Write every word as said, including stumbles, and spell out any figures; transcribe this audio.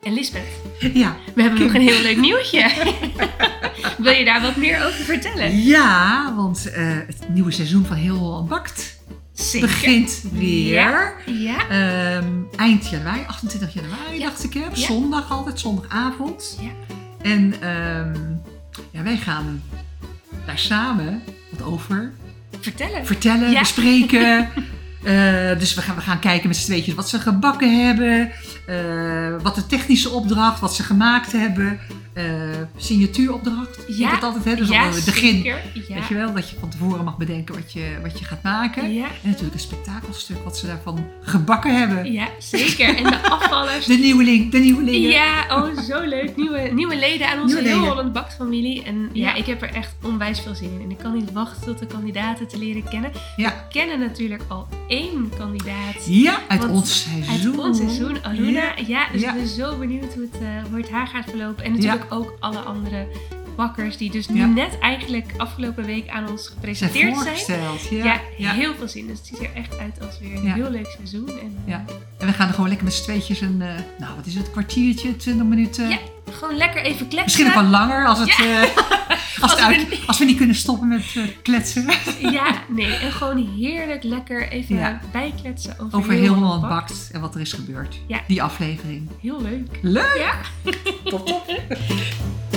En Lisbeth, Ja. we hebben nog een heel leuk nieuwtje. Wil je daar wat meer over vertellen? Ja, want uh, het nieuwe seizoen van Heel Holland Bakt Zeker. begint weer. Ja. ja. Um, eind januari, achtentwintig januari Ja. dacht ik. Hè? Op Ja. zondag altijd, zondagavond. Ja. En um, ja, wij gaan daar samen wat over Vertellen. vertellen, Ja. bespreken. Uh, dus we gaan, we gaan kijken met z'n tweetjes wat ze gebakken hebben. Uh, wat de technische opdracht, wat ze gemaakt hebben. Uh, signatuuropdracht. Ja. Je hebt het altijd, hè? Dus ja, al het begin. Zeker. Ja. Weet je wel, dat je van tevoren mag bedenken wat je, wat je gaat maken. Ja. En natuurlijk een spektakelstuk wat ze daarvan gebakken hebben. Ja, zeker. En de afvallers. De nieuweling, de nieuwelingen. Ja, oh zo leuk. Nieuwe, nieuwe leden aan onze Nieuwe Heel leden. Holland Bakt familie. En ja. Ja. ik heb er echt onwijs veel zin in. En ik kan niet wachten tot de kandidaten te leren kennen. Ja. We kennen natuurlijk al één kandidaat. Ja, uit Want ons seizoen. Uit ons seizoen, Aruna. Ja, Ja. dus Ja. ik ben zo benieuwd hoe het, uh, hoe het haar gaat verlopen. En natuurlijk Ja. ook alle andere bakkers die dus nu Ja. net eigenlijk afgelopen week aan ons gepresenteerd zijn. voorgesteld. Ja. Ja, Ja. heel veel zin. Dus het ziet er echt uit als weer een Ja. heel leuk seizoen. En, Ja. En we gaan er gewoon lekker met z'n tweetjes een, uh, nou wat is het, kwartiertje, twintig minuten. Ja, gewoon lekker even kletsen. Misschien nog wel langer als, het, Ja. uh, als, het Als uit, we- als we niet kunnen stoppen met uh, kletsen. Ja, nee. En gewoon heerlijk lekker even Ja. bijkletsen over, Over heel Heel Holland Holland Bakt. Bakt en wat er is gebeurd. Ja. Die aflevering. Heel leuk. Leuk! Ja. Top, top.